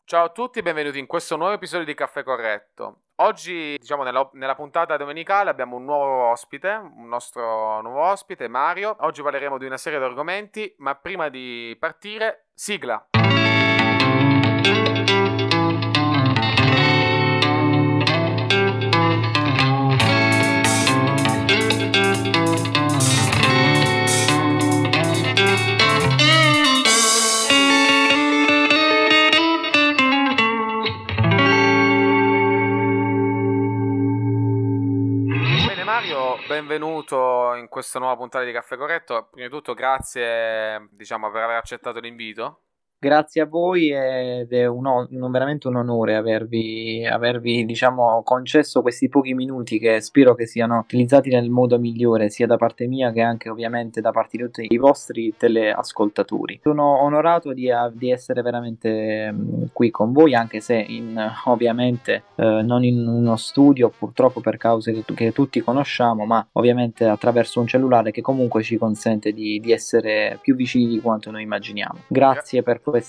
Ciao a tutti e benvenuti in questo nuovo episodio di Caffè Corretto. Oggi, diciamo, nella puntata domenicale abbiamo un nuovo ospite, un nostro nuovo ospite, Mario. Oggi parleremo di una serie di argomenti, ma prima di partire, sigla. Bene Mario, benvenuto in questa nuova puntata di Caffè Corretto. Prima di tutto grazie, diciamo, per aver accettato l'invito. Grazie a voi ed è veramente un onore diciamo, concesso questi pochi minuti che spero che siano utilizzati nel modo migliore, sia da parte mia che anche ovviamente da parte di tutti i vostri teleascoltatori. Sono onorato di essere veramente qui con voi, anche se ovviamente non in uno studio, purtroppo per cause che tutti conosciamo, ma ovviamente attraverso un cellulare che comunque ci consente di essere più vicini di quanto noi immaginiamo. Gra- Grazie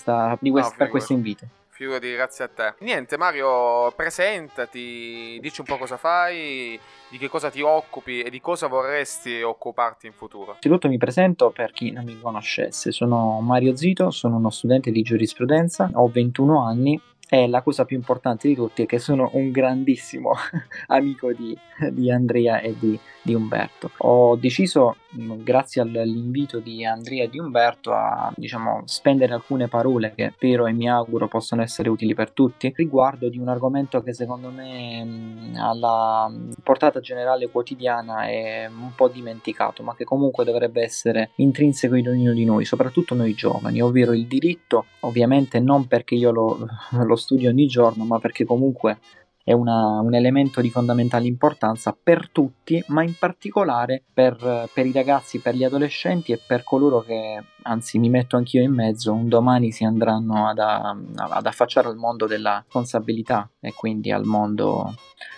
no, per questo figurati. invito. Figurati, grazie a te. Niente, Mario, presentati, dici un po' cosa fai, di che cosa ti occupi e di cosa vorresti occuparti in futuro. Innanzitutto mi presento per chi non mi conoscesse, sono Mario Zito, sono uno studente di giurisprudenza, ho 21 anni e la cosa più importante di tutti è che sono un grandissimo amico di Andrea e di Umberto. Ho deciso, grazie all'invito di Andrea e di Umberto, a diciamo, spendere alcune parole che spero e mi auguro possano essere utili per tutti, riguardo di un argomento che secondo me alla portata generale quotidiana è un po' dimenticato, ma che comunque dovrebbe essere intrinseco in ognuno di noi, soprattutto noi giovani, ovvero il diritto, ovviamente non perché io lo studio ogni giorno, ma perché comunque è un elemento di fondamentale importanza per tutti, ma in particolare per i ragazzi, per gli adolescenti e per coloro che, anzi mi metto anch'io in mezzo, un domani si andranno ad affacciare al mondo della responsabilità e quindi al mondo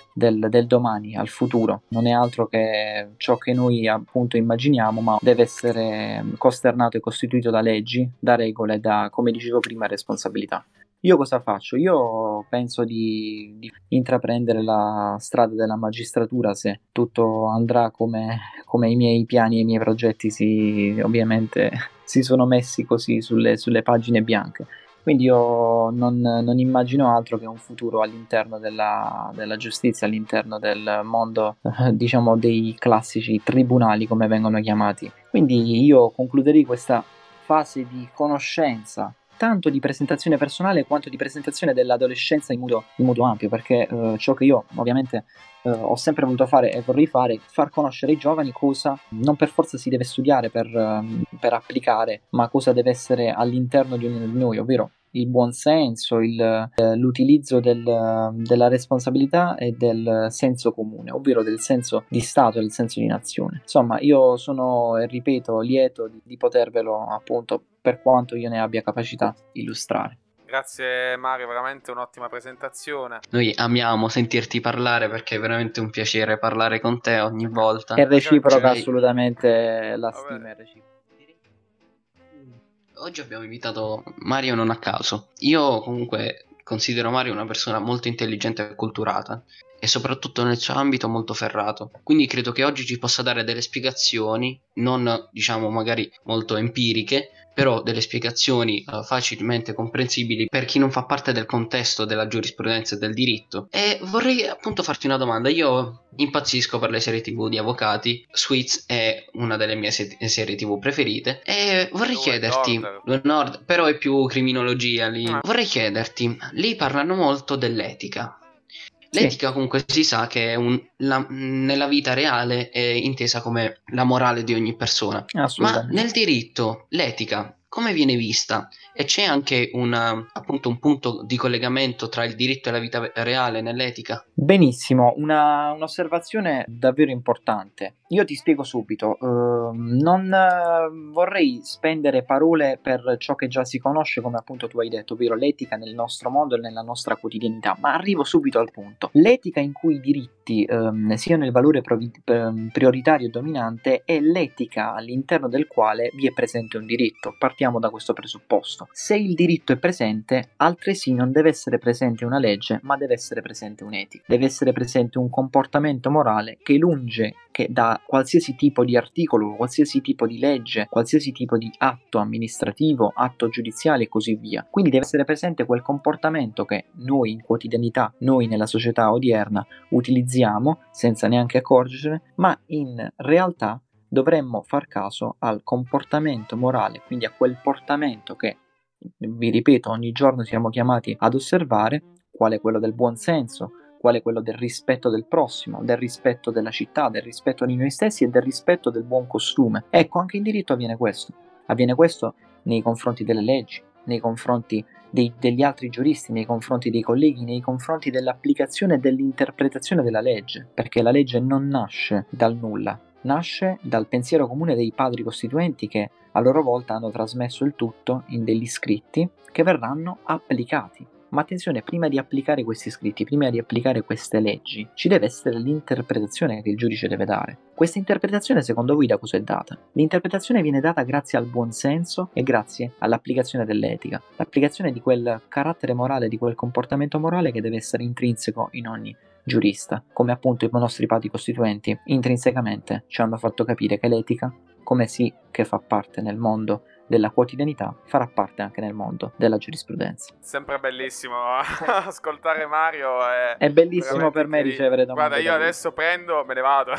del domani, al futuro. Non è altro che ciò che noi appunto immaginiamo, ma deve essere costernato e costituito da leggi, da regole, da, come dicevo prima, responsabilità. Io cosa faccio? Io penso di intraprendere la strada della magistratura se tutto andrà come i miei piani e i miei progetti ovviamente si sono messi così sulle pagine bianche. Quindi io non immagino altro che un futuro all'interno della giustizia, all'interno del mondo, diciamo, dei classici tribunali, come vengono chiamati. Quindi io concluderei questa fase di conoscenza tanto di presentazione personale quanto di presentazione dell'adolescenza in modo ampio, perché ciò che io ovviamente ho sempre voluto fare e vorrei fare, far conoscere ai giovani cosa non per forza si deve studiare per applicare, ma cosa deve essere all'interno di ognuno di noi, ovvero il buonsenso, l'utilizzo della responsabilità e del senso comune, ovvero del senso di Stato e del senso di nazione. Insomma, io sono, e ripeto, lieto di potervelo, appunto, per quanto io ne abbia capacità, illustrare. Grazie Mario, veramente un'ottima presentazione. Noi amiamo sentirti parlare perché è veramente un piacere parlare con te ogni volta. È Anche perché... reciproca, Cioè, assolutamente, la Vabbè, stima è reciproca. oggi abbiamo invitato Mario non a caso. Io comunque considero Mario una persona molto intelligente e culturata e soprattutto nel suo ambito molto ferrato. Quindi credo che oggi ci possa dare delle spiegazioni, non diciamo magari molto empiriche, però delle spiegazioni facilmente comprensibili per chi non fa parte del contesto della giurisprudenza e del diritto. E vorrei appunto farti una domanda. Io impazzisco per le serie TV di avvocati. Suits è una delle mie serie TV preferite e vorrei Law and chiederti, Order. Nord, però è più criminologia lì. Ah, Vorrei chiederti, lì parlano molto dell'etica. Sì, L'etica comunque si sa che è nella vita reale è intesa come la morale di ogni persona, ma assolutamente. nel diritto l'etica come viene vista? E c'è anche appunto un punto di collegamento tra il diritto e la vita reale nell'etica? Benissimo, un'osservazione davvero importante. Io ti spiego subito, non vorrei spendere parole per ciò che già si conosce, come appunto tu hai detto, ovvero l'etica nel nostro mondo e nella nostra quotidianità, ma arrivo subito al punto. L'etica in cui i diritti siano il valore prioritario e dominante è l'etica all'interno del quale vi è presente un diritto. partiamo da questo presupposto. Se il diritto è presente, altresì non deve essere presente una legge, ma deve essere presente un'etica. Deve essere presente un comportamento morale che lunge che da qualsiasi tipo di articolo, qualsiasi tipo di legge, qualsiasi tipo di atto amministrativo, atto giudiziale e così via. Quindi deve essere presente quel comportamento che noi in quotidianità, noi nella società odierna utilizziamo senza neanche accorgercene, ma in realtà dovremmo far caso al comportamento morale, quindi a quel portamento che, vi ripeto, ogni giorno siamo chiamati ad osservare, quale quello del buon senso, quale quello del rispetto del prossimo, del rispetto della città, del rispetto di noi stessi e del rispetto del buon costume. Ecco, anche in diritto avviene questo. Avviene questo nei confronti delle leggi, nei confronti degli altri giuristi, nei confronti dei colleghi, nei confronti dell'applicazione e dell'interpretazione della legge, perché la legge non nasce dal nulla, nasce dal pensiero comune dei padri costituenti che a loro volta hanno trasmesso il tutto in degli scritti che verranno applicati. Ma attenzione, prima di applicare questi scritti, prima di applicare queste leggi, ci deve essere l'interpretazione che il giudice deve dare. Questa interpretazione secondo voi da cosa è data? L'interpretazione viene data grazie al buon senso e grazie all'applicazione dell'etica, l'applicazione di quel carattere morale, di quel comportamento morale che deve essere intrinseco in ogni giurista, come appunto i nostri padri costituenti intrinsecamente ci hanno fatto capire che l'etica, come sì che fa parte nel mondo della quotidianità, farà parte anche nel mondo della giurisprudenza. Sempre bellissimo ascoltare Mario. È bellissimo per me ricevere domande. Guarda, io adesso prendo, me ne vado.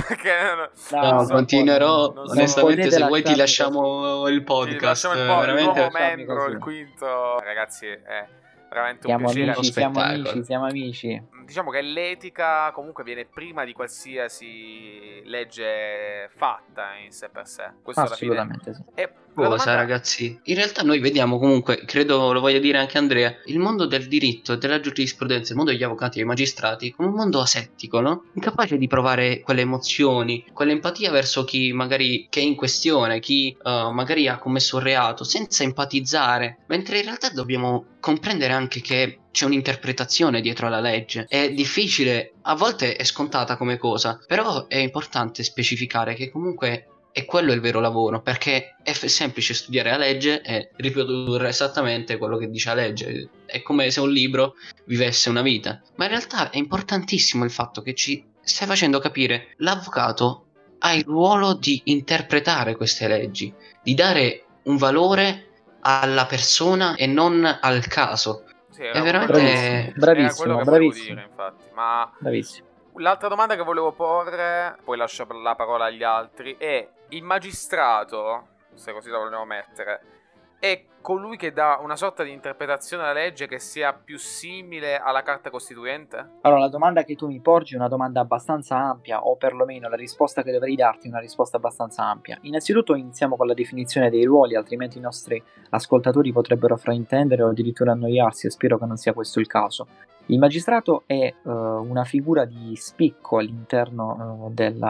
No, continuerò. Onestamente, se vuoi ti lasciamo così. il podcast. Il nuovo membro, il quinto. Ragazzi, è veramente un piacere. Siamo amici. Diciamo che l'etica comunque viene prima di qualsiasi legge fatta in sé per sé. Questo assolutamente alla fine. Sì. E cosa, ragazzi? In realtà noi vediamo comunque, credo lo voglia dire anche Andrea, il mondo del diritto, della giurisprudenza, il mondo degli avvocati e dei magistrati come un mondo asettico, no? Incapace di provare quelle emozioni, quell'empatia verso chi magari che è in questione, chi magari ha commesso un reato, senza empatizzare, mentre in realtà dobbiamo comprendere anche che c'è un'interpretazione dietro alla legge. È difficile, a volte è scontata come cosa, però è importante specificare che comunque è quello il vero lavoro, perché è semplice studiare la legge e riprodurre esattamente quello che dice la legge. È come se un libro vivesse una vita. Ma in realtà è importantissimo il fatto che ci stai facendo capire l'avvocato ha il ruolo di interpretare queste leggi, di dare un valore alla persona e non al caso. Sì, è veramente bravissimo, volevo dire, infatti. Ma bravissimo. L'altra domanda che volevo porre, poi lascio la parola agli altri, è: il magistrato, se così la vogliamo mettere, è colui che dà una sorta di interpretazione alla legge che sia più simile alla Carta Costituente? Allora, la domanda che tu mi porgi è una domanda abbastanza ampia, o perlomeno la risposta che dovrei darti è una risposta abbastanza ampia. Innanzitutto iniziamo con la definizione dei ruoli, altrimenti i nostri ascoltatori potrebbero fraintendere o addirittura annoiarsi, e spero che non sia questo il caso. Il magistrato è una figura di spicco all'interno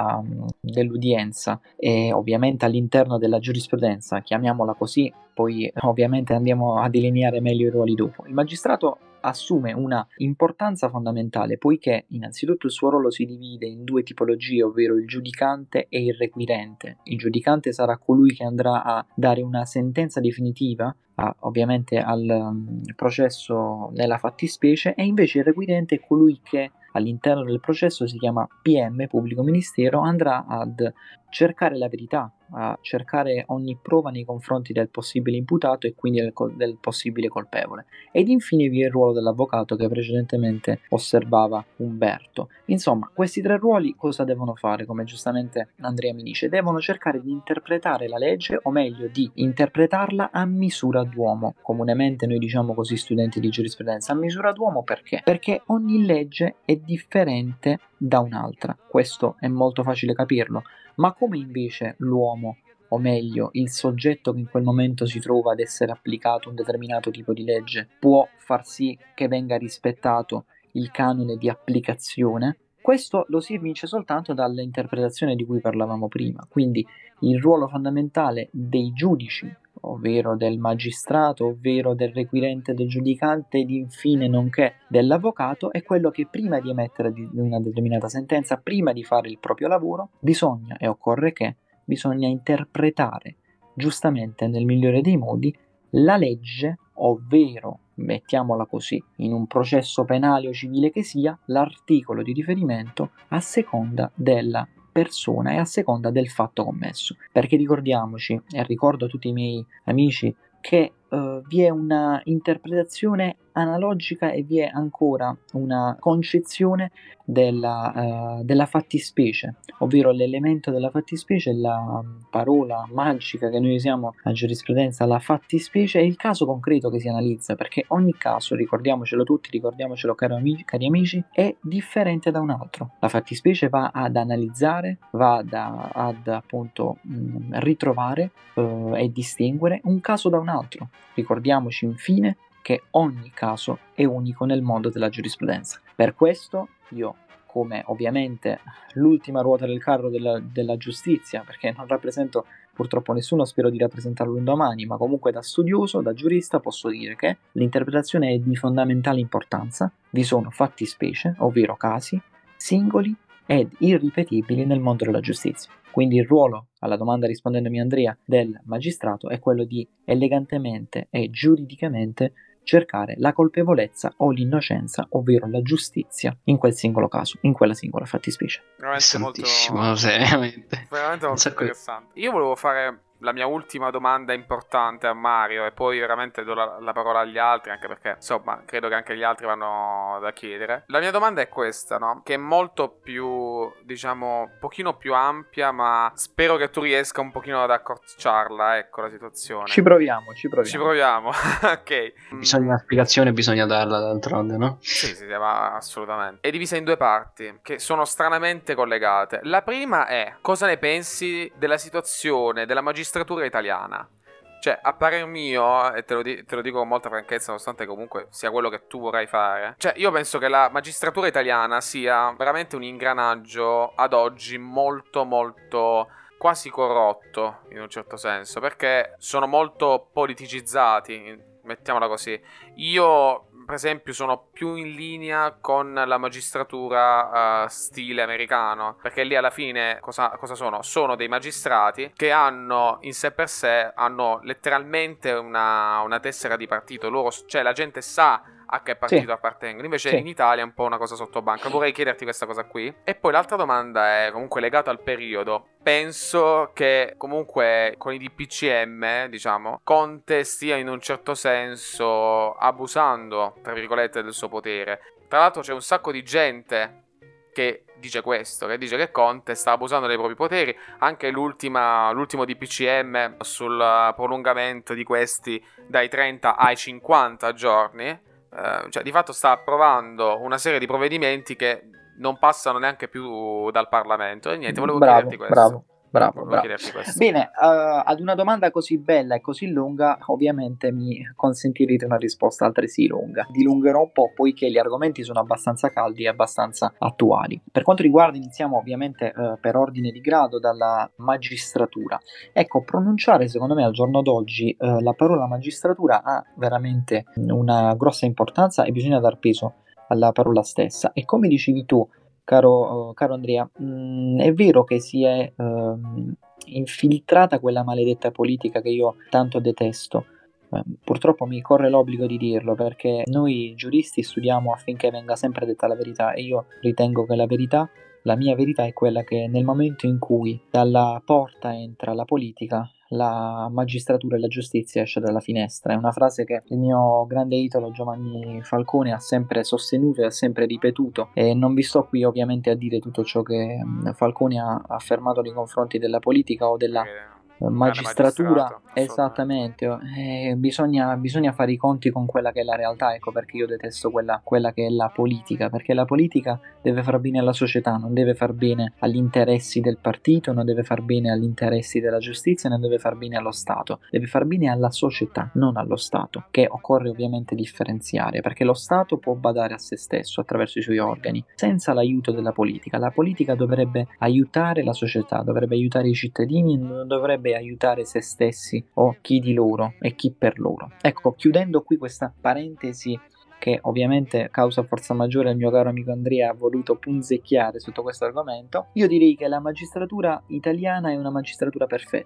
dell'udienza e ovviamente all'interno della giurisprudenza, chiamiamola così, poi ovviamente andiamo a delineare meglio i ruoli dopo. Il magistrato assume una importanza fondamentale poiché innanzitutto il suo ruolo si divide in due tipologie, ovvero il giudicante e il requirente. Il giudicante sarà colui che andrà a dare una sentenza definitiva ovviamente al processo nella fattispecie, e invece il requirente è colui che all'interno del processo, si chiama PM, pubblico ministero, andrà ad cercare la verità, a cercare ogni prova nei confronti del possibile imputato e quindi del possibile colpevole. Ed infine vi è il ruolo dell'avvocato che precedentemente osservava Umberto. Insomma, questi tre ruoli cosa devono fare? Come giustamente Andrea mi dice, devono cercare di interpretare la legge, o meglio di interpretarla a misura d'uomo. Comunemente noi diciamo così, studenti di giurisprudenza, a misura d'uomo perché? Perché ogni legge è differente da un'altra. Questo è molto facile capirlo. Ma come invece l'uomo, o meglio il soggetto che in quel momento si trova ad essere applicato un determinato tipo di legge, può far sì che venga rispettato il canone di applicazione? Questo lo si evince soltanto dall'interpretazione di cui parlavamo prima. Quindi il ruolo fondamentale dei giudici, ovvero del magistrato, ovvero del requirente, del giudicante ed infine nonché dell'avvocato, è quello che prima di emettere una determinata sentenza, prima di fare il proprio lavoro, bisogna interpretare giustamente nel migliore dei modi la legge, ovvero, mettiamola così, in un processo penale o civile che sia, l'articolo di riferimento a seconda della persona e a seconda del fatto commesso. Perché ricordiamoci, e ricordo a tutti i miei amici, che vi è una interpretazione analogica e vi è ancora una concezione della fattispecie, ovvero l'elemento della fattispecie, la parola magica che noi usiamo a giurisprudenza, la fattispecie, è il caso concreto che si analizza, perché ogni caso, ricordiamocelo tutti, ricordiamocelo cari amici, è differente da un altro. La fattispecie va ad analizzare, va ad appunto ritrovare e distinguere un caso da un altro. Ricordiamoci infine che ogni caso è unico nel mondo della giurisprudenza. Per questo io, come ovviamente l'ultima ruota del carro della giustizia, perché non rappresento purtroppo nessuno, spero di rappresentarlo un domani, ma comunque da studioso, da giurista, posso dire che l'interpretazione è di fondamentale importanza. Vi sono fattispecie, ovvero casi, singoli ed irripetibili nel mondo della giustizia. Quindi il ruolo, alla domanda rispondendomi Andrea, del magistrato è quello di elegantemente e giuridicamente cercare la colpevolezza o l'innocenza, ovvero la giustizia in quel singolo caso, in quella singola fattispecie. Veramente molto, veramente molto interessante. Io volevo fare la mia ultima domanda importante a Mario e poi veramente do la parola agli altri, anche perché insomma credo che anche gli altri vanno da chiedere. La mia domanda è questa, no? Che è molto più, diciamo, un pochino più ampia, ma spero che tu riesca un pochino ad accorciarla, ecco, la situazione. Ci proviamo. Ok. Bisogna una spiegazione, bisogna darla d'altronde, no? Sì, ma assolutamente. È divisa in due parti che sono stranamente collegate. La prima è: cosa ne pensi della situazione della magistratura italiana? Cioè, a parer mio, e te lo dico con molta franchezza, nonostante comunque sia quello che tu vorrai fare, cioè io penso che la magistratura italiana sia veramente un ingranaggio ad oggi molto molto quasi corrotto, in un certo senso, perché sono molto politicizzati, mettiamola così. Io, per esempio, sono più in linea con la magistratura stile americano, perché lì alla fine cosa sono? Sono dei magistrati che hanno in sé per sé, hanno letteralmente una tessera di partito. Loro, cioè la gente sa a che partito appartengono. Invece in Italia è un po' una cosa sottobanca. Vorrei chiederti questa cosa qui. E poi l'altra domanda è comunque legata al periodo. Penso che comunque con i DPCM, diciamo, Conte stia in un certo senso abusando, tra virgolette, del suo potere. Tra l'altro c'è un sacco di gente che dice questo, che dice che Conte sta abusando dei propri poteri. Anche l'ultimo DPCM sul prolungamento di questi dai 30 ai 50 giorni, cioè di fatto sta approvando una serie di provvedimenti che non passano neanche più dal Parlamento. E niente, volevo chiederti questo. Bravo. Bene, ad una domanda così bella e così lunga, ovviamente mi consentirete una risposta altresì lunga. Dilungherò un po' poiché gli argomenti sono abbastanza caldi e abbastanza attuali. Per quanto riguarda, iniziamo ovviamente per ordine di grado dalla magistratura. Ecco, pronunciare secondo me al giorno d'oggi la parola magistratura ha veramente una grossa importanza e bisogna dar peso alla parola stessa. E come dicevi tu, caro Andrea, è vero che si è infiltrata quella maledetta politica che io tanto detesto. Purtroppo mi corre l'obbligo di dirlo, perché noi giuristi studiamo affinché venga sempre detta la verità, e io ritengo che la mia verità è quella che nel momento in cui dalla porta entra la politica, la magistratura e la giustizia esce dalla finestra. È una frase che il mio grande idolo Giovanni Falcone ha sempre sostenuto e ha sempre ripetuto, e non vi sto qui ovviamente a dire tutto ciò che Falcone ha affermato nei confronti della politica o della magistratura. Esattamente, bisogna fare i conti con quella che è la realtà. Ecco perché io detesto quella che è la politica, perché la politica deve far bene alla società, non deve far bene agli interessi del partito, non deve far bene agli interessi della giustizia, non deve far bene allo Stato, deve far bene alla società, non allo Stato, che occorre ovviamente differenziare, perché lo Stato può badare a se stesso attraverso i suoi organi senza l'aiuto della politica. La politica dovrebbe aiutare la società, dovrebbe aiutare i cittadini, non dovrebbe aiutare se stessi o chi di loro e chi per loro. Ecco, chiudendo qui questa parentesi che ovviamente causa forza maggiore il mio caro amico Andrea ha voluto punzecchiare sotto questo argomento, io direi che la magistratura italiana è una magistratura perfetta. È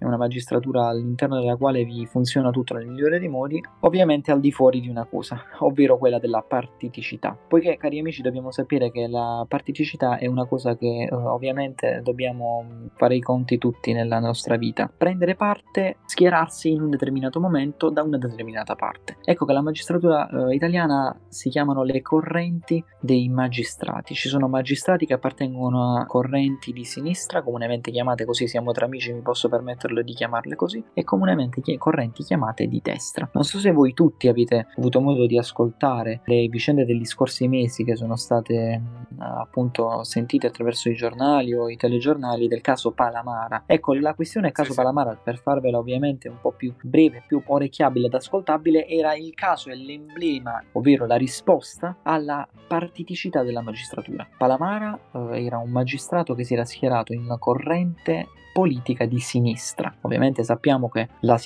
è una magistratura all'interno della quale vi funziona tutto nel migliore dei modi, ovviamente al di fuori di una cosa, ovvero quella della partiticità. Poiché, cari amici, dobbiamo sapere che la partiticità è una cosa che ovviamente dobbiamo fare i conti tutti nella nostra vita. Prendere parte, schierarsi in un determinato momento da una determinata parte. Ecco che la magistratura italiana si chiamano le correnti dei magistrati. Ci sono magistrati che appartengono a correnti di sinistra, comunemente chiamate così, siamo tra amici, mi posso permetterlo di chiamarle così, e comunemente correnti chiamate di destra. Non so se voi tutti avete avuto modo di ascoltare le vicende degli scorsi mesi che sono state appunto sentite attraverso i giornali o i telegiornali del caso Palamara. Ecco, la questione caso Palamara, per farvela ovviamente un po' più breve, più orecchiabile ed ascoltabile, era il caso e l'emblema, ovvero la risposta alla partiticità della magistratura. Palamara era un magistrato che si era schierato in una corrente politica di sinistra. Ovviamente sappiamo che la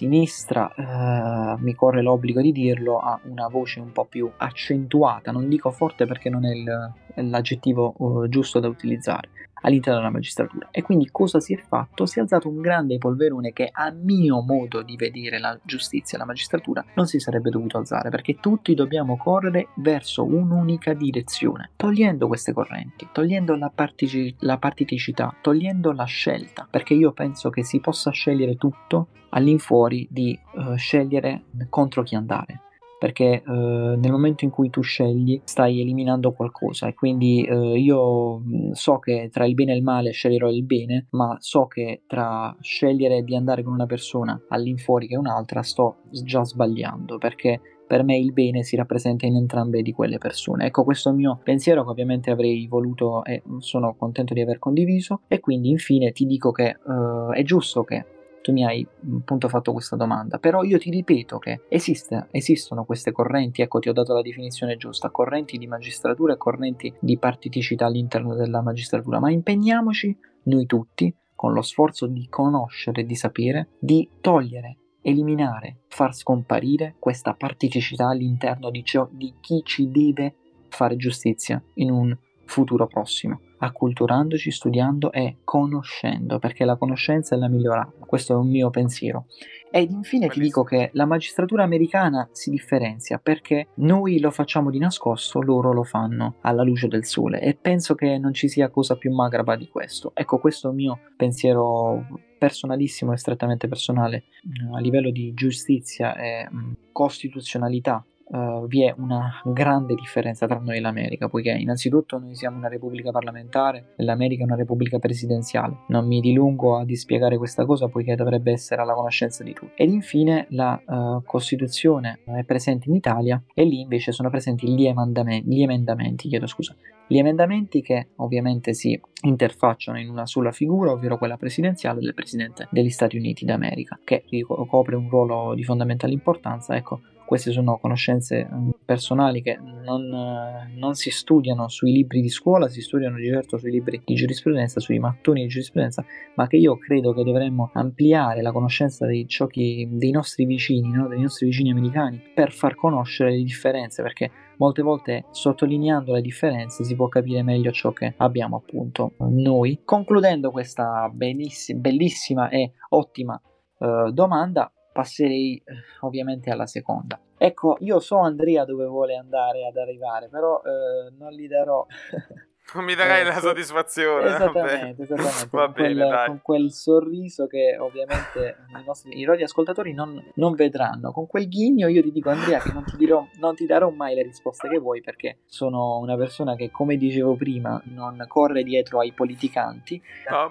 sinistra, mi corre l'obbligo di dirlo, ha una voce un po' più accentuata, non dico forte perché non è l'aggettivo giusto da utilizzare, all'interno della magistratura. E quindi cosa si è fatto? Si è alzato un grande polverone che, a mio modo di vedere la giustizia e la magistratura, non si sarebbe dovuto alzare, perché tutti dobbiamo correre verso un'unica direzione, togliendo queste correnti, togliendo la partiticità, togliendo la scelta, perché io penso che si possa scegliere tutto all'infuori di scegliere contro chi andare. Perché nel momento in cui tu scegli stai eliminando qualcosa, e quindi io so che tra il bene e il male sceglierò il bene, ma so che tra scegliere di andare con una persona all'infuori che un'altra sto già sbagliando, perché per me il bene si rappresenta in entrambe di quelle persone. Ecco, questo è il mio pensiero che ovviamente avrei voluto e sono contento di aver condiviso. E quindi infine ti dico che è giusto che tu mi hai appunto fatto questa domanda, però io ti ripeto che esistono queste correnti, ecco, ti ho dato la definizione giusta, correnti di magistratura e correnti di partiticità all'interno della magistratura, ma impegniamoci noi tutti con lo sforzo di conoscere e di sapere, di togliere, eliminare, far scomparire questa partiticità all'interno di chi ci deve fare giustizia in un futuro prossimo, acculturandoci, studiando e conoscendo, perché la conoscenza è la migliore arma. Questo è un mio pensiero. Ed infine ti dico che la magistratura americana si differenzia perché noi lo facciamo di nascosto, loro lo fanno alla luce del sole, e penso che non ci sia cosa più macabra di questo. Ecco, questo è il mio pensiero personalissimo e strettamente personale. A livello di giustizia e costituzionalità vi è una grande differenza tra noi e l'America, poiché innanzitutto noi siamo una repubblica parlamentare e l'America è una repubblica presidenziale. Non mi dilungo a dispiegare questa cosa poiché dovrebbe essere alla conoscenza di tutti. Ed infine la Costituzione è presente in Italia e lì invece sono presenti gli emendamenti, gli emendamenti che ovviamente si interfacciano in una sola figura, ovvero quella presidenziale del Presidente degli Stati Uniti d'America, che copre un ruolo di fondamentale importanza. Ecco, queste sono conoscenze personali che non si studiano sui libri di scuola, si studiano di certo sui libri di giurisprudenza, sui mattoni di giurisprudenza, ma che io credo che dovremmo ampliare la conoscenza dei nostri vicini, no? Dei nostri vicini americani, per far conoscere le differenze, perché molte volte sottolineando le differenze si può capire meglio ciò che abbiamo appunto noi. Concludendo questa bellissima e ottima domanda, passerei ovviamente alla seconda. Ecco, io so Andrea dove vuole andare ad arrivare, però non gli darò... Non mi darai la soddisfazione. Esattamente. Va bene, dai. Con quel sorriso che ovviamente i radioascoltatori non vedranno. Con quel ghigno io ti dico, Andrea, che non ti darò mai le risposte che vuoi, perché sono una persona che, come dicevo prima, non corre dietro ai politicanti.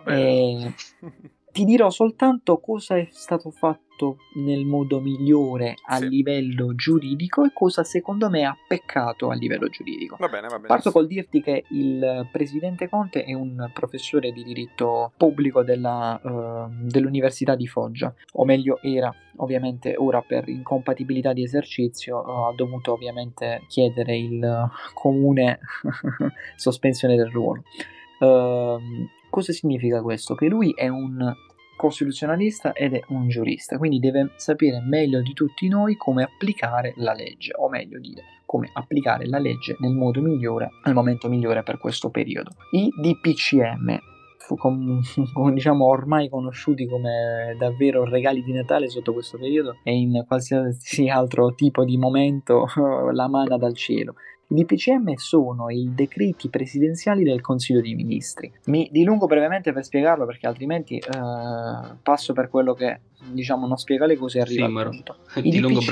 Ti dirò soltanto cosa è stato fatto nel modo migliore a livello giuridico e cosa secondo me ha peccato a livello giuridico. Va bene. Parto col dirti che il presidente Conte è un professore di diritto pubblico dell'Università di Foggia, o meglio era, ovviamente ora per incompatibilità di esercizio ha dovuto ovviamente chiedere il comune sospensione del ruolo. Cosa significa questo? Che lui è un costituzionalista ed è un giurista, quindi deve sapere meglio di tutti noi come applicare la legge, o meglio dire, come applicare la legge nel modo migliore, al momento migliore per questo periodo. I DPCM diciamo ormai conosciuti come davvero regali di Natale sotto questo periodo e in qualsiasi altro tipo di momento la manna dal cielo. I DPCM sono i decreti presidenziali del Consiglio dei Ministri. Mi dilungo brevemente per spiegarlo perché altrimenti passo per quello che diciamo non spiega le cose e arriva al punto. I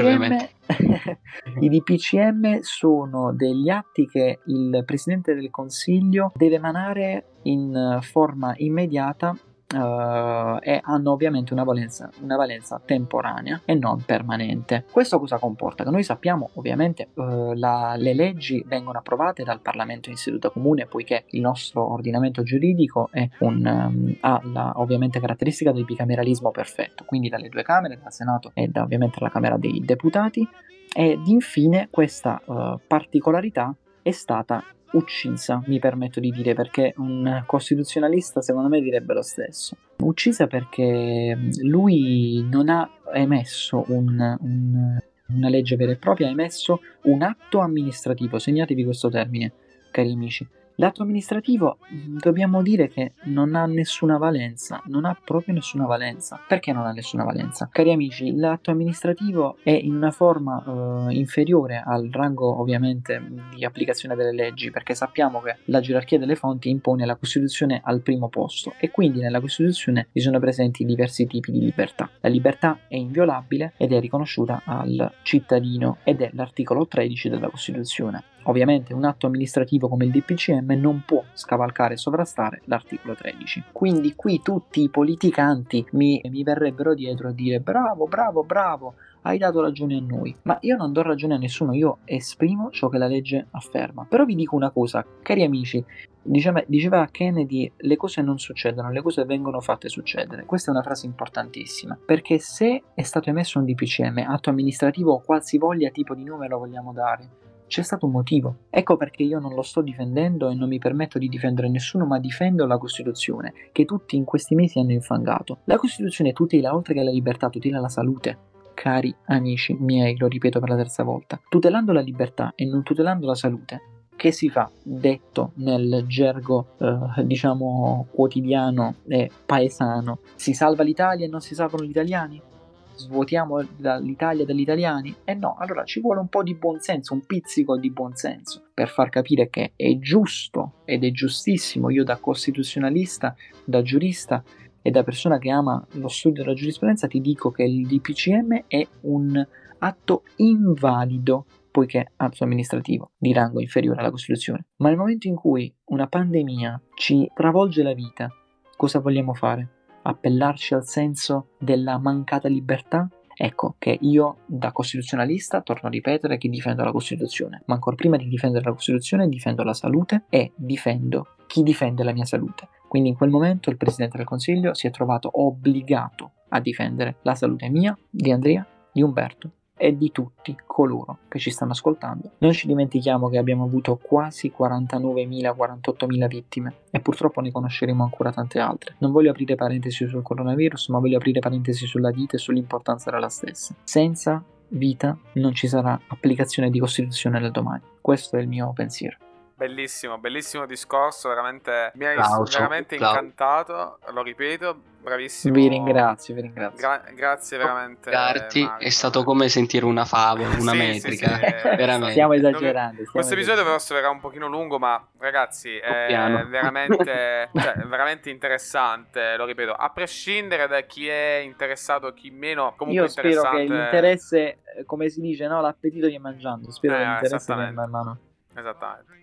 DPCM sono degli atti che il Presidente del Consiglio deve emanare in forma immediata e hanno ovviamente una valenza temporanea e non permanente. Questo cosa comporta? Che noi sappiamo ovviamente le leggi vengono approvate dal Parlamento in seduta comune, poiché il nostro ordinamento giuridico è ha la ovviamente caratteristica del bicameralismo perfetto, quindi dalle due Camere, dal Senato e ovviamente dalla Camera dei Deputati, ed infine questa particolarità è stata uccisa, mi permetto di dire, perché un costituzionalista secondo me direbbe lo stesso. Uccisa perché lui non ha emesso una legge vera e propria, ha emesso un atto amministrativo. Segnatevi questo termine, cari amici. L'atto amministrativo dobbiamo dire che non ha nessuna valenza, non ha proprio nessuna valenza. Perché non ha nessuna valenza? Cari amici, l'atto amministrativo è in una forma inferiore al rango ovviamente di applicazione delle leggi, perché sappiamo che la gerarchia delle fonti impone la Costituzione al primo posto e quindi nella Costituzione vi sono presenti diversi tipi di libertà. La libertà è inviolabile ed è riconosciuta al cittadino ed è l'articolo 13 della Costituzione. Ovviamente un atto amministrativo come il DPCM non può scavalcare e sovrastare l'articolo 13. Quindi qui tutti i politicanti mi verrebbero dietro a dire bravo, hai dato ragione a noi. Ma io non do ragione a nessuno, io esprimo ciò che la legge afferma. Però vi dico una cosa, cari amici, diceva Kennedy, le cose non succedono, le cose vengono fatte succedere. Questa è una frase importantissima, perché se è stato emesso un DPCM, atto amministrativo o qualsivoglia tipo di nome lo vogliamo dare, c'è stato un motivo. Ecco perché io non lo sto difendendo e non mi permetto di difendere nessuno, ma difendo la Costituzione, che tutti in questi mesi hanno infangato. La Costituzione tutela, oltre che la libertà, tutela la salute. Cari amici miei, lo ripeto per la terza volta, tutelando la libertà e non tutelando la salute, che si fa? Detto nel gergo diciamo quotidiano e paesano, si salva l'Italia e non si salvano gli italiani? Svuotiamo l'Italia dagli italiani? No, allora ci vuole un po' di buonsenso, un pizzico di buonsenso per far capire che è giusto ed è giustissimo. Io da costituzionalista, da giurista e da persona che ama lo studio della giurisprudenza ti dico che il DPCM è un atto invalido, poiché atto amministrativo di rango inferiore alla Costituzione. Ma nel momento in cui una pandemia ci travolge la vita, cosa vogliamo fare? Appellarci al senso della mancata libertà? Ecco che io da costituzionalista torno a ripetere che difendo la Costituzione, ma ancora prima di difendere la Costituzione difendo la salute e difendo chi difende la mia salute. Quindi in quel momento il Presidente del Consiglio si è trovato obbligato a difendere la salute mia, di Andrea, di Umberto e di tutti coloro che ci stanno ascoltando. Non ci dimentichiamo che abbiamo avuto quasi 48.000 vittime e purtroppo ne conosceremo ancora tante altre. Non voglio aprire parentesi sul coronavirus, ma voglio aprire parentesi sulla vita e sull'importanza della stessa. Senza vita non ci sarà applicazione di Costituzione nel domani. Questo è il mio pensiero. Bellissimo discorso, veramente mi hai veramente incantato, lo ripeto, bravissimo. Vi ringrazio. Grazie veramente. Mario, è stato come sentire una favola, una metrica. Sì. Veramente. Stiamo esagerando. Questo episodio però sarà un pochino lungo, ma ragazzi è veramente interessante, lo ripeto, a prescindere da chi è interessato, chi meno, comunque io spero che l'interesse, come si dice, no, l'appetito viene mangiando, spero che l'interesse viene man mano. Esattamente.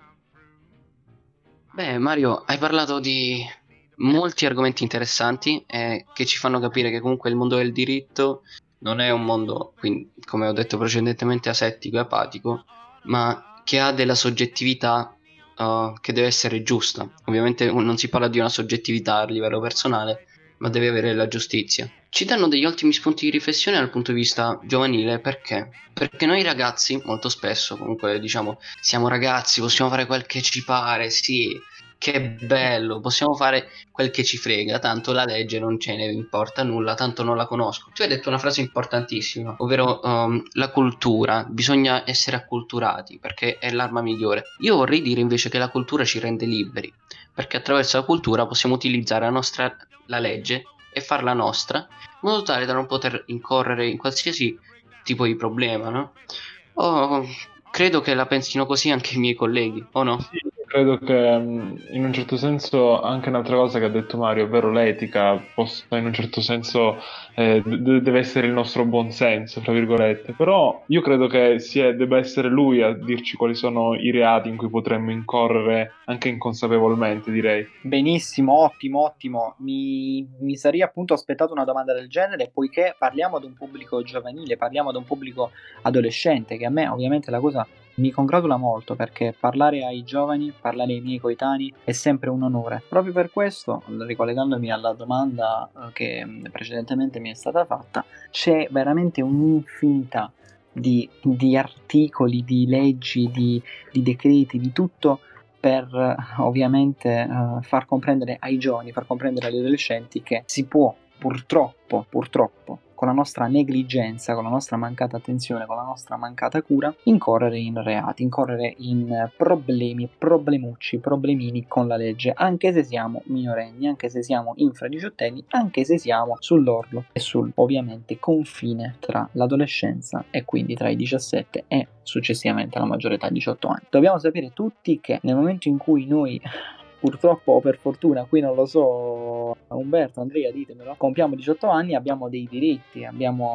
Beh, Mario, hai parlato di molti argomenti interessanti che ci fanno capire che comunque il mondo del diritto non è un mondo, quindi, come ho detto precedentemente, asettico e apatico, ma che ha della soggettività che deve essere giusta. Ovviamente non si parla di una soggettività a livello personale, ma deve avere la giustizia. Ci danno degli ottimi spunti di riflessione dal punto di vista giovanile, perché? Perché noi ragazzi, molto spesso, comunque diciamo, siamo ragazzi, possiamo fare quel che ci pare, sì, che bello, possiamo fare quel che ci frega, tanto la legge non ce ne importa nulla, tanto non la conosco. Tu hai detto una frase importantissima, ovvero la cultura, bisogna essere acculturati perché è l'arma migliore. Io vorrei dire invece che la cultura ci rende liberi, perché attraverso la cultura possiamo utilizzare la legge e farla nostra, in modo tale da non poter incorrere in qualsiasi tipo di problema, no? Oh, credo che la pensino così anche i miei colleghi, o no? Sì, credo che in un certo senso anche un'altra cosa che ha detto Mario, ovvero l'etica, possa in un certo senso deve essere il nostro buon senso, fra virgolette, però io credo che debba essere lui a dirci quali sono i reati in cui potremmo incorrere anche inconsapevolmente, direi. Benissimo, ottimo, ottimo. Mi sarei appunto aspettato una domanda del genere, poiché parliamo ad un pubblico giovanile, parliamo ad un pubblico adolescente, che a me ovviamente la cosa mi congratula molto, perché parlare ai giovani, parlare ai miei coetanei è sempre un onore. Proprio per questo, ricollegandomi alla domanda che precedentemente mi è stata fatta, c'è veramente un'infinità di articoli, di leggi, di decreti, di tutto per ovviamente far comprendere ai giovani, far comprendere agli adolescenti che si può purtroppo, con la nostra negligenza, con la nostra mancata attenzione, con la nostra mancata cura, incorrere in reati, incorrere in problemi, problemucci, problemini con la legge, anche se siamo minorenni, anche se siamo infradiciottenni, anche se siamo sull'orlo e sul ovviamente confine tra l'adolescenza e quindi tra i 17 e successivamente la maggiore età, 18 anni. Dobbiamo sapere tutti che nel momento in cui noi, purtroppo o per fortuna, qui non lo so, Umberto, Andrea, ditemelo, compiamo 18 anni, abbiamo dei diritti,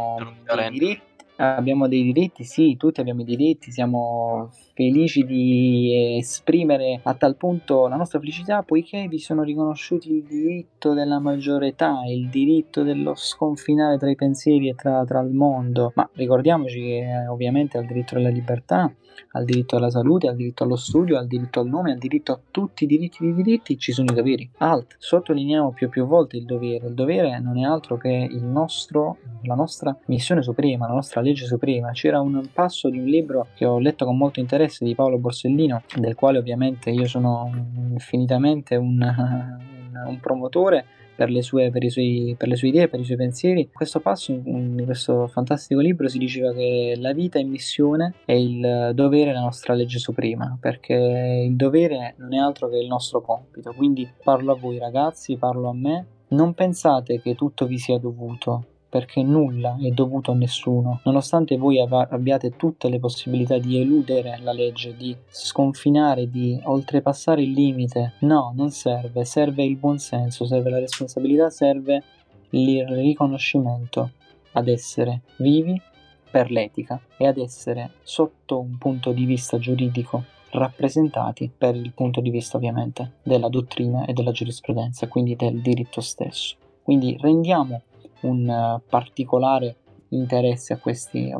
abbiamo dei diritti, sì, tutti abbiamo i diritti, siamo felici di esprimere a tal punto la nostra felicità, poiché vi sono riconosciuti il diritto della maggiore età, il diritto dello sconfinare tra i pensieri e tra il mondo, ma ricordiamoci che ovviamente al diritto della libertà, al diritto alla salute, al diritto allo studio, al diritto al nome, al diritto a tutti i diritti di diritti, ci sono i doveri. Sottolineiamo più volte il dovere. Il dovere non è altro che la nostra missione suprema, la nostra legge suprema. C'era un passo di un libro che ho letto con molto interesse di Paolo Borsellino, del quale ovviamente io sono infinitamente un promotore per le sue idee, per i suoi pensieri. Questo passo in questo fantastico libro si diceva che la vita in missione è il dovere la nostra legge suprema, perché il dovere non è altro che il nostro compito. Quindi parlo a voi ragazzi, parlo a me, non pensate che tutto vi sia dovuto, perché nulla è dovuto a nessuno, nonostante voi abbiate tutte le possibilità di eludere la legge, di sconfinare, di oltrepassare il limite. No, non serve, serve il buonsenso, serve la responsabilità, serve il riconoscimento ad essere vivi per l'etica e ad essere sotto un punto di vista giuridico rappresentati per il punto di vista ovviamente della dottrina e della giurisprudenza, quindi del diritto stesso. Quindi rendiamo un particolare interesse a questi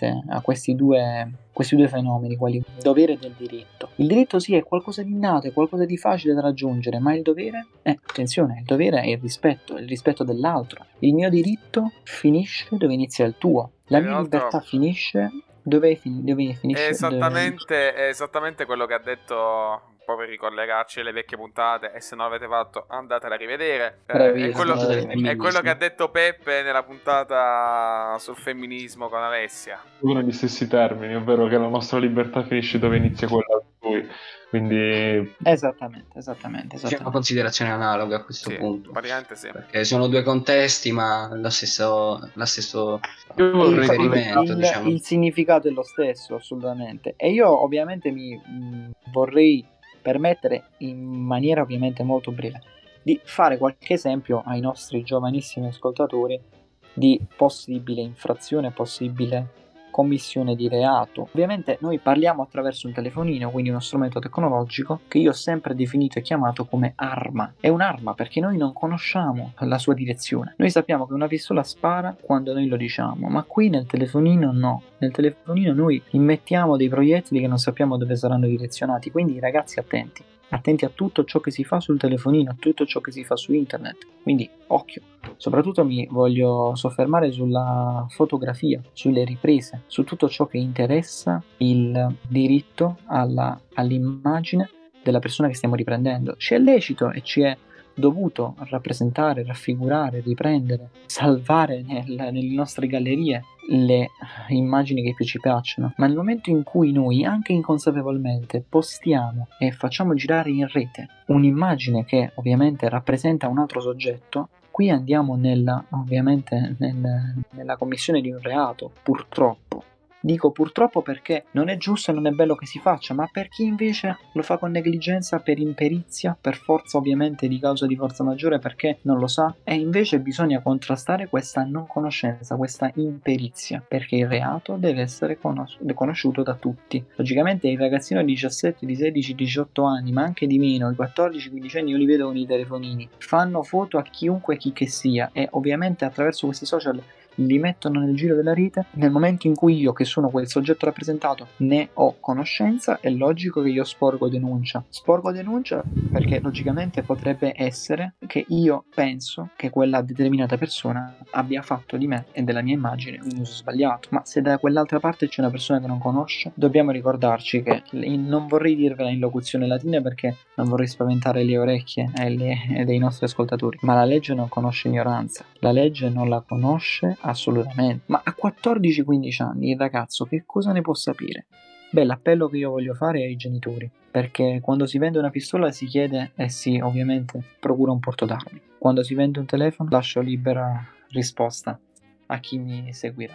due fenomeni, quali dovere del diritto. Il diritto sì è qualcosa di innato, è qualcosa di facile da raggiungere, ma il dovere attenzione, il dovere è il rispetto dell'altro. Il mio diritto finisce dove inizia il tuo, la mia libertà finisce dove finisce. È esattamente quello che ha detto, poi per ricollegarci alle vecchie puntate, e se non l'avete fatto andatela a rivedere. È quello che ha detto Peppe nella puntata sul femminismo con Alessia. Uno degli stessi termini, ovvero che la nostra libertà finisce dove inizia quella altrui. Quindi esattamente. C'è una considerazione analoga a questo punto. Praticamente sì. Perché sono due contesti, ma lo stesso riferimento, diciamo. Il significato è lo stesso, assolutamente. E io ovviamente mi vorrei permettere, in maniera ovviamente molto breve, di fare qualche esempio ai nostri giovanissimi ascoltatori di possibile infrazione, possibile commissione di reato. Ovviamente noi parliamo attraverso un telefonino, quindi uno strumento tecnologico che io ho sempre definito e chiamato come arma. È un'arma perché noi non conosciamo la sua direzione. Noi sappiamo che una pistola spara quando noi lo diciamo, ma qui nel telefonino no. Nel telefonino noi immettiamo dei proiettili che non sappiamo dove saranno direzionati, quindi ragazzi attenti a tutto ciò che si fa sul telefonino, a tutto ciò che si fa su internet, quindi occhio. Soprattutto mi voglio soffermare sulla fotografia, sulle riprese, su tutto ciò che interessa il diritto all'immagine della persona che stiamo riprendendo. Ci è lecito e ci è dovuto rappresentare, raffigurare, riprendere, salvare nelle nostre gallerie le immagini che più ci piacciono, ma nel momento in cui noi anche inconsapevolmente postiamo e facciamo girare in rete un'immagine che ovviamente rappresenta un altro soggetto, qui andiamo nella commissione di un reato, purtroppo. Dico purtroppo perché non è giusto e non è bello che si faccia, ma per chi invece lo fa con negligenza, per imperizia, per forza ovviamente di causa di forza maggiore, perché non lo sa, e invece bisogna contrastare questa non conoscenza, questa imperizia, perché il reato deve essere conosciuto da tutti. Logicamente il ragazzino di 17, di 16, 18 anni, ma anche di meno, i 14, 15 anni, io li vedo con i telefonini, fanno foto a chiunque chi che sia, e ovviamente attraverso questi social li mettono nel giro della rete. Nel momento in cui io, che sono quel soggetto rappresentato, ne ho conoscenza, è logico che io sporgo denuncia perché logicamente potrebbe essere che io penso che quella determinata persona abbia fatto di me e della mia immagine un uso sbagliato, ma se da quell'altra parte c'è una persona che non conosce, dobbiamo ricordarci che, non vorrei dirvela in locuzione latina perché non vorrei spaventare le orecchie e dei nostri ascoltatori, ma la legge non conosce ignoranza, la legge non la conosce assolutamente. Ma a 14-15 anni il ragazzo che cosa ne può sapere? Beh, l'appello che io voglio fare è ai genitori, perché quando si vende una pistola si chiede, sì, ovviamente, procura un porto d'armi. Quando si vende un telefono lascio libera risposta a chi mi seguirà.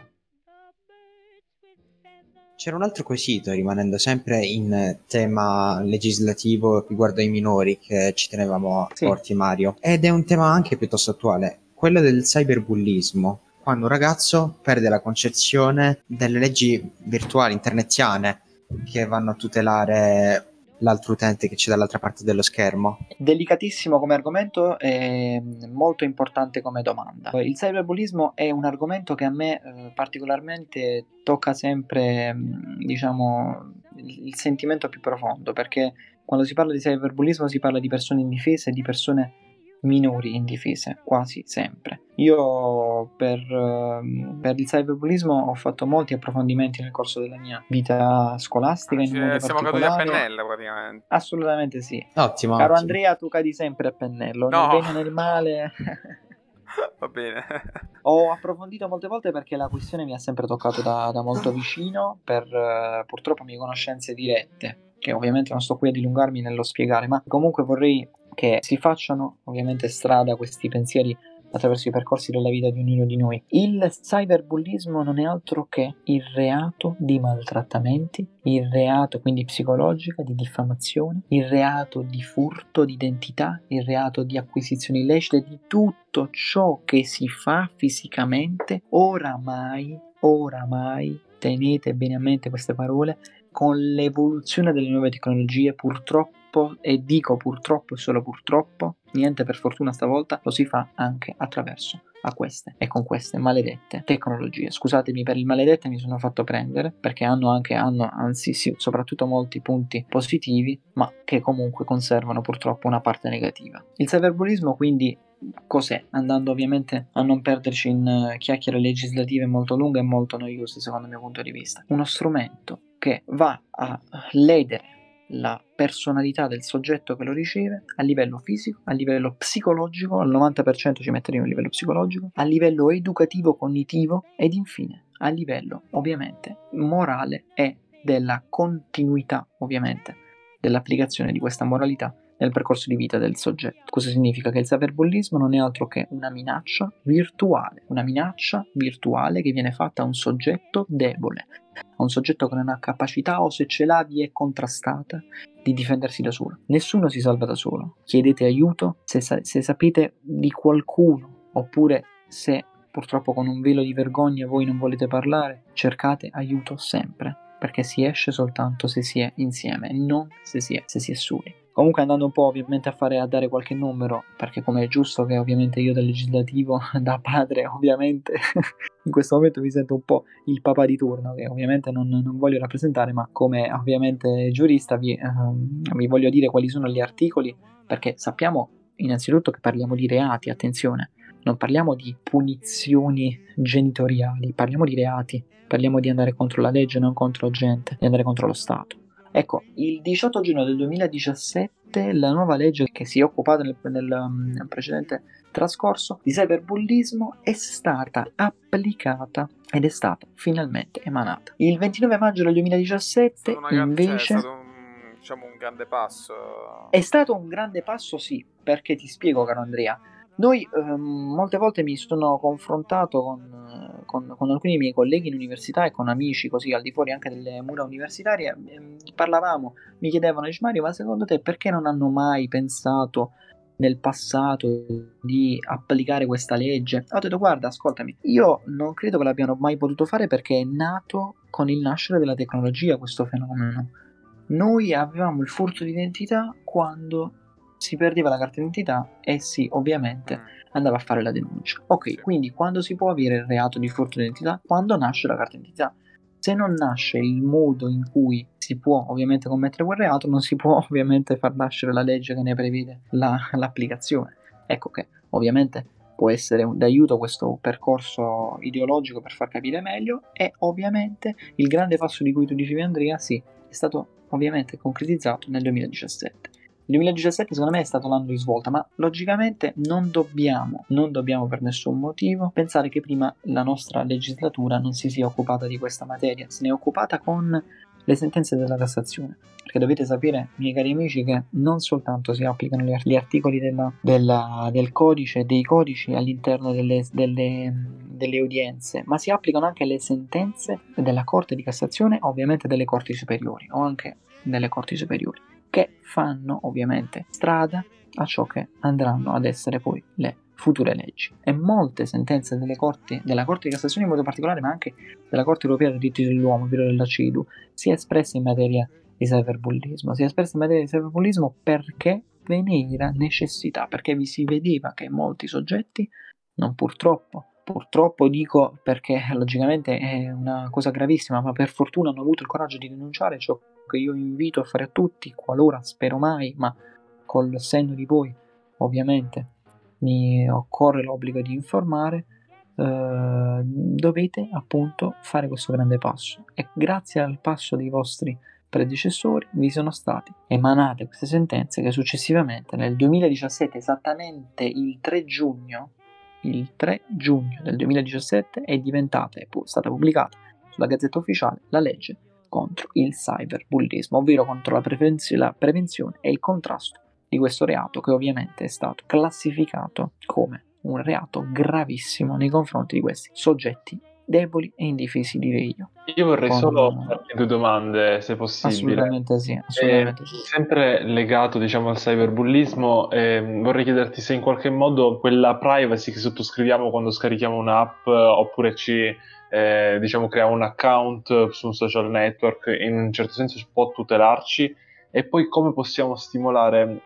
C'era un altro quesito, rimanendo sempre in tema legislativo riguardo ai minori, che ci tenevamo a porti, Mario, ed è un tema anche piuttosto attuale, quello del cyberbullismo, quando un ragazzo perde la concezione delle leggi virtuali, internetiane, che vanno a tutelare l'altro utente che c'è dall'altra parte dello schermo. Delicatissimo come argomento e molto importante come domanda. Il cyberbullismo è un argomento che a me particolarmente tocca sempre, diciamo, il sentimento più profondo, perché quando si parla di cyberbullismo si parla di persone indifese e di persone minori indifese, quasi sempre. Io per il cyberbullismo ho fatto molti approfondimenti nel corso della mia vita scolastica, in modo Siamo particolare. caduti a pennello praticamente. Assolutamente sì. Ottimo. Caro Andrea, tu cadi sempre a pennello, No. nel bene e nel male. Va bene. Ho approfondito molte volte perché la questione mi ha sempre toccato da molto vicino, per purtroppo mie conoscenze dirette, che ovviamente non sto qui a dilungarmi nello spiegare, ma comunque vorrei che si facciano ovviamente strada questi pensieri attraverso i percorsi della vita di ognuno di noi. Il cyberbullismo non è altro che il reato di maltrattamenti, il reato quindi psicologica di diffamazione, il reato di furto di identità, il reato di acquisizioni illecite, di tutto ciò che si fa fisicamente. Oramai, tenete bene a mente queste parole, con l'evoluzione delle nuove tecnologie, purtroppo, e dico purtroppo e solo purtroppo, niente per fortuna stavolta, lo si fa anche attraverso a queste e con queste maledette tecnologie. Scusatemi per il maledette, mi sono fatto prendere, perché hanno soprattutto molti punti positivi, ma che comunque conservano purtroppo una parte negativa. Il cyberbullismo quindi cos'è? Andando ovviamente a non perderci in chiacchiere legislative molto lunghe e molto noiose secondo il mio punto di vista. Uno strumento che va a ledere la personalità del soggetto che lo riceve a livello fisico, a livello psicologico, al 90% ci metteremo a livello psicologico, a livello educativo, cognitivo ed infine a livello ovviamente morale e della continuità ovviamente dell'applicazione di questa moralità nel percorso di vita del soggetto. Cosa significa? Che il cyberbullismo non è altro che una minaccia virtuale che viene fatta a un soggetto debole, a un soggetto che non ha capacità, o se ce l'ha vi è contrastata, di difendersi da solo. Nessuno si salva da solo. Chiedete aiuto se sapete di qualcuno, oppure se purtroppo con un velo di vergogna voi non volete parlare, cercate aiuto sempre, perché si esce soltanto se si è insieme, non se si è soli. Comunque, andando un po' ovviamente a dare qualche numero, perché come è giusto che ovviamente io del legislativo, da padre ovviamente, in questo momento mi sento un po' il papà di turno, che ovviamente non voglio rappresentare, ma come ovviamente giurista vi voglio dire quali sono gli articoli, perché sappiamo innanzitutto che parliamo di reati, attenzione, non parliamo di punizioni genitoriali, parliamo di reati, parliamo di andare contro la legge, non contro gente, di andare contro lo Stato. Ecco, il 18 giugno del 2017 la nuova legge che si è occupata nel precedente trascorso di cyberbullismo è stata applicata ed è stata finalmente emanata. Il 29 maggio del 2017 invece è stato un grande passo. È stato un grande passo, sì, perché ti spiego, caro Andrea. Noi molte volte mi sono confrontato con alcuni miei colleghi in università e con amici così al di fuori anche delle mura universitarie. Parlavamo, mi chiedevano, dice, Mario, ma secondo te perché non hanno mai pensato nel passato di applicare questa legge? Ho detto, guarda, ascoltami, io non credo che l'abbiano mai potuto fare perché è nato con il nascere della tecnologia questo fenomeno. Noi avevamo il furto di identità quando si perdeva la carta d'identità e si ovviamente andava a fare la denuncia. Ok, Sì. quindi quando si può avere il reato di furto di identità? Quando nasce la carta d'identità. Se non nasce il modo in cui si può ovviamente commettere quel reato, non si può ovviamente far nascere la legge che ne prevede l'applicazione. Ecco che ovviamente può essere d'aiuto questo percorso ideologico per far capire meglio, e ovviamente il grande passo di cui tu dicevi, Andrea, sì, è stato ovviamente concretizzato nel 2017. Il 2017 secondo me è stato l'anno di svolta, ma logicamente non dobbiamo per nessun motivo pensare che prima la nostra legislatura non si sia occupata di questa materia. Se ne è occupata con le sentenze della Cassazione, perché dovete sapere, miei cari amici, che non soltanto si applicano gli articoli del codice, dei codici all'interno delle udienze, ma si applicano anche le sentenze della Corte di Cassazione, ovviamente delle Corti Superiori o anche delle Corti Superiori, che fanno ovviamente strada a ciò che andranno ad essere poi le future leggi. E molte sentenze della Corte di Cassazione in modo particolare, ma anche della Corte Europea dei diritti dell'uomo, ovvero della CEDU, si è espressa in materia di cyberbullismo. Si è espressa in materia di cyberbullismo perché ve ne era necessità, perché vi si vedeva che molti soggetti, non purtroppo dico perché logicamente è una cosa gravissima, ma per fortuna hanno avuto il coraggio di denunciare, ciò che io invito a fare a tutti, qualora, spero mai, ma col senno di voi ovviamente mi occorre l'obbligo di informare, dovete appunto fare questo grande passo, e grazie al passo dei vostri predecessori vi sono state emanate queste sentenze che successivamente nel 2017, esattamente il 3 giugno del 2017, è stata pubblicata sulla Gazzetta Ufficiale la legge contro il cyberbullismo, ovvero contro la prevenzione e il contrasto di questo reato, che ovviamente è stato classificato come un reato gravissimo nei confronti di questi soggetti deboli e indifesi, direi io. Io vorrei solo farti due domande, se possibile. Assolutamente sì. Sempre legato, diciamo, al cyberbullismo, vorrei chiederti se in qualche modo quella privacy che sottoscriviamo quando scarichiamo un'app oppure diciamo, creiamo un account su un social network, in un certo senso può tutelarci, e poi come possiamo stimolare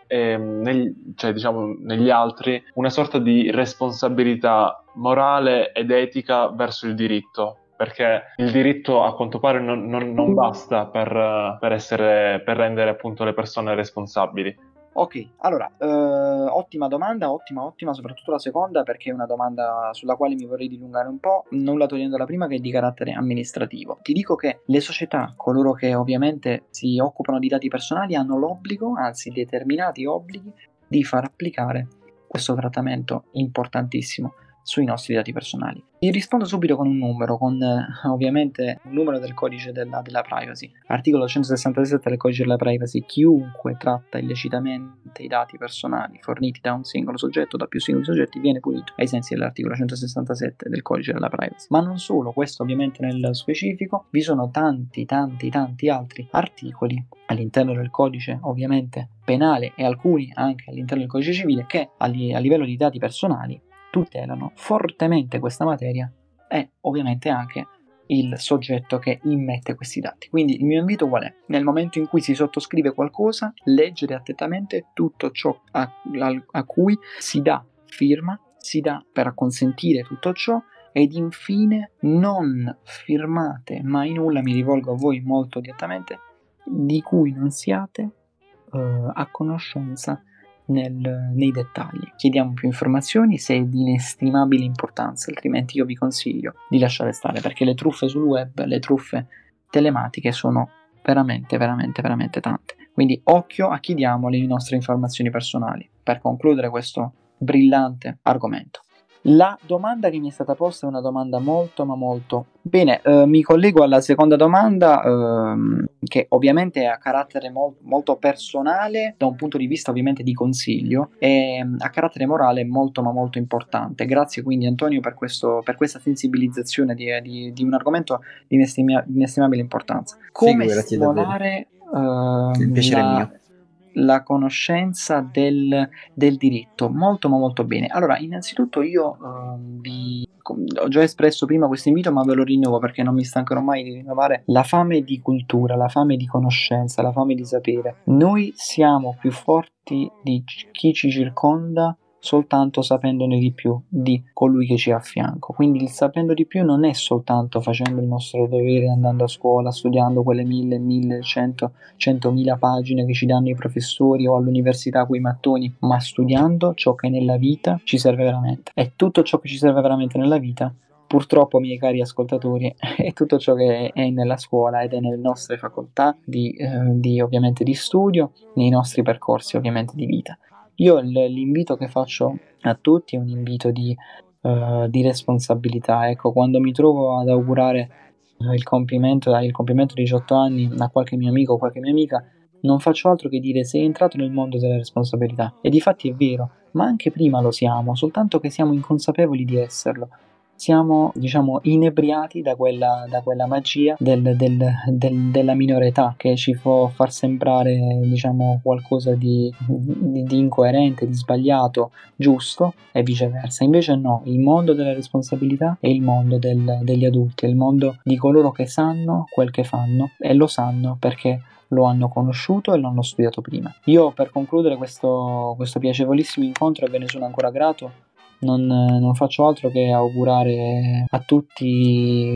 negli altri una sorta di responsabilità morale ed etica verso il diritto. Perché il diritto a quanto pare non basta per rendere appunto le persone responsabili. Ok, allora, ottima domanda, ottima, soprattutto la seconda, perché è una domanda sulla quale mi vorrei dilungare un po', nulla togliendo la prima, che è di carattere amministrativo. Ti dico che le società, coloro che ovviamente si occupano di dati personali, hanno l'obbligo, anzi determinati obblighi, di far applicare questo trattamento importantissimo sui nostri dati personali. Vi rispondo subito con un numero, con ovviamente un numero del codice della privacy. Articolo 167 del codice della privacy: chiunque tratta illecitamente i dati personali forniti da un singolo soggetto o da più singoli soggetti viene punito ai sensi dell'articolo 167 del codice della privacy. Ma non solo, questo ovviamente nel specifico, vi sono tanti altri articoli all'interno del codice ovviamente penale e alcuni anche all'interno del codice civile che a livello di dati personali tutelano fortemente questa materia e ovviamente anche il soggetto che immette questi dati. Quindi il mio invito qual è? Nel momento in cui si sottoscrive qualcosa, leggere attentamente tutto ciò a cui si dà firma, si dà per acconsentire tutto ciò, ed infine non firmate mai nulla, mi rivolgo a voi molto direttamente, di cui non siate a conoscenza nei dettagli. Chiediamo più informazioni se è di inestimabile importanza, altrimenti io vi consiglio di lasciare stare, perché le truffe sul web, le truffe telematiche sono veramente, veramente, veramente tante. Quindi occhio a chi diamo le nostre informazioni personali, per concludere questo brillante argomento. La domanda che mi è stata posta è una domanda molto ma molto bene. Mi collego alla seconda domanda, che ovviamente è a carattere molto personale, da un punto di vista ovviamente di consiglio, e a carattere morale molto ma molto importante. Grazie quindi Antonio per questa sensibilizzazione di un argomento di inestimabile importanza. Come Figurati, davvero. stimolare Il piacere è mio. la conoscenza del diritto? Molto ma molto bene. Allora, innanzitutto io ho già espresso prima questo invito, ma ve lo rinnovo perché non mi stancherò mai di rinnovare la fame di cultura, la fame di conoscenza, la fame di sapere. Noi siamo più forti di chi ci circonda soltanto sapendone di più di colui che ci ha a fianco. Quindi il sapendo di più non è soltanto facendo il nostro dovere, andando a scuola, studiando quelle 1.000 pagine che ci danno i professori o all'università quei mattoni, ma studiando ciò che nella vita ci serve veramente. E tutto ciò che ci serve veramente nella vita, purtroppo, miei cari ascoltatori, è tutto ciò che è nella scuola ed è nelle nostre facoltà ovviamente di studio, nei nostri percorsi ovviamente di vita. Io l'invito che faccio a tutti è un invito di responsabilità. Ecco, quando mi trovo ad augurare il compimento di 18 anni a qualche mio amico o qualche mia amica, non faccio altro che dire: sei entrato nel mondo delle responsabilità. E difatti è vero, ma anche prima lo siamo, soltanto che siamo inconsapevoli di esserlo. Siamo, diciamo, inebriati da quella magia della minore età, che ci può far sembrare, diciamo, qualcosa di incoerente, di sbagliato, giusto, e viceversa. Invece no, il mondo delle responsabilità è il mondo degli adulti, è il mondo di coloro che sanno quel che fanno, e lo sanno perché lo hanno conosciuto e lo hanno studiato prima. Io, per concludere questo piacevolissimo incontro, e ve ne sono ancora grato, non faccio altro che augurare a tutti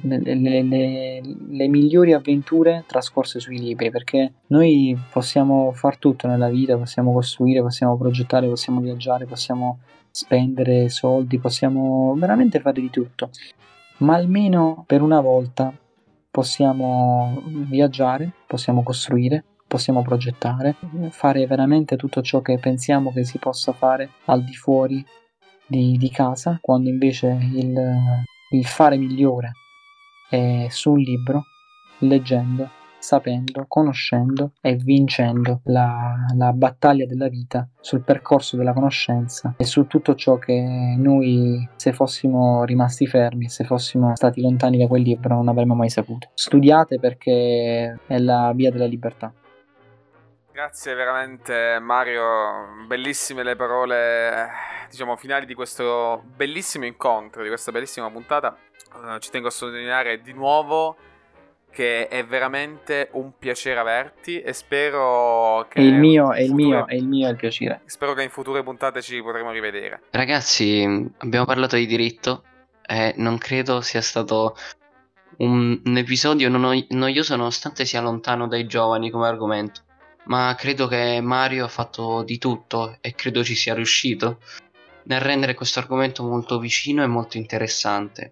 le migliori avventure trascorse sui libri, perché noi possiamo far tutto nella vita, possiamo costruire, possiamo progettare, possiamo viaggiare, possiamo spendere soldi, possiamo veramente fare di tutto, ma almeno per una volta possiamo viaggiare, possiamo costruire, possiamo progettare, fare veramente tutto ciò che pensiamo che si possa fare al di fuori di casa, quando invece il fare migliore è su un libro, leggendo, sapendo, conoscendo e vincendo la battaglia della vita sul percorso della conoscenza e su tutto ciò che noi, se fossimo rimasti fermi, se fossimo stati lontani da quel libro, non avremmo mai saputo. Studiate, perché è la via della libertà. Grazie veramente Mario, bellissime le parole, diciamo, finali di questo bellissimo incontro, di questa bellissima puntata. Ci tengo a sottolineare di nuovo che è veramente un piacere averti e spero che È il mio il piacere. Spero che in future puntate ci potremo rivedere. Ragazzi, abbiamo parlato di diritto e non credo sia stato un episodio noioso, nonostante sia lontano dai giovani come argomento. Ma credo che Mario ha fatto di tutto e credo ci sia riuscito nel rendere questo argomento molto vicino e molto interessante.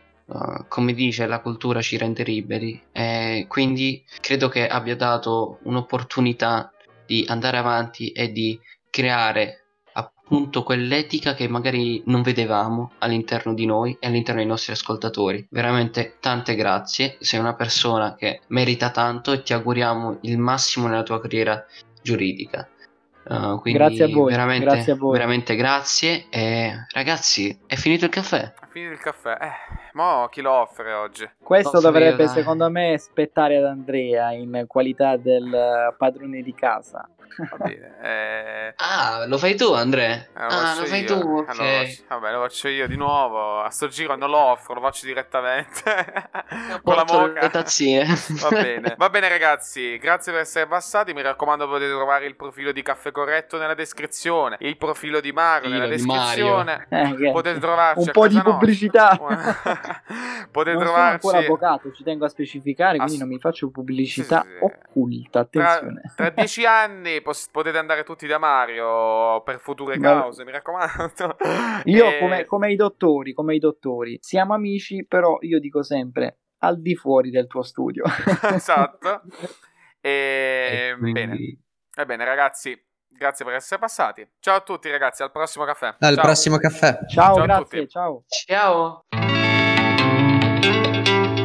Come dice, la cultura ci rende liberi e quindi credo che abbia dato un'opportunità di andare avanti e di creare appunto quell'etica che magari non vedevamo all'interno di noi e all'interno dei nostri ascoltatori. Veramente tante grazie, sei una persona che merita tanto e ti auguriamo il massimo nella tua carriera giuridica. Quindi grazie a voi, veramente, grazie a voi. veramente grazie. E ragazzi, è finito il caffè. È finito il caffè. Mo chi lo offre oggi? Questo Offro io, dovrebbe, dai. secondo me, spettare ad Andrea in qualità del padrone di casa. Va bene. Ah, lo fai tu, Andrea? Lo Ah, faccio lo fai io. tu, ok. Vabbè, lo faccio io di nuovo. A sto giro non lo offro, lo faccio direttamente. Con la Porto moca. le tazzine. Va bene. Va bene, ragazzi. Grazie per essere passati. Mi raccomando, potete trovare il profilo di Caffè Corretto nella descrizione. Il profilo di Mario nella descrizione. Potete trovarci un a po' casa di pubblicità. Potete non trovarci. sono ancora avvocato, ci tengo a specificare, quindi non mi faccio pubblicità occulta. Attenzione. Tra 10 anni potete andare tutti da Mario per future cause, mi raccomando. Io come i dottori, siamo amici, però io dico sempre: al di fuori del tuo studio. Esatto. E quindi- Bene, ragazzi, grazie per essere passati. Ciao a tutti, ragazzi, al prossimo caffè. Al Ciao. prossimo caffè. Ciao, Ciao a grazie, tutti. ciao. Ciao!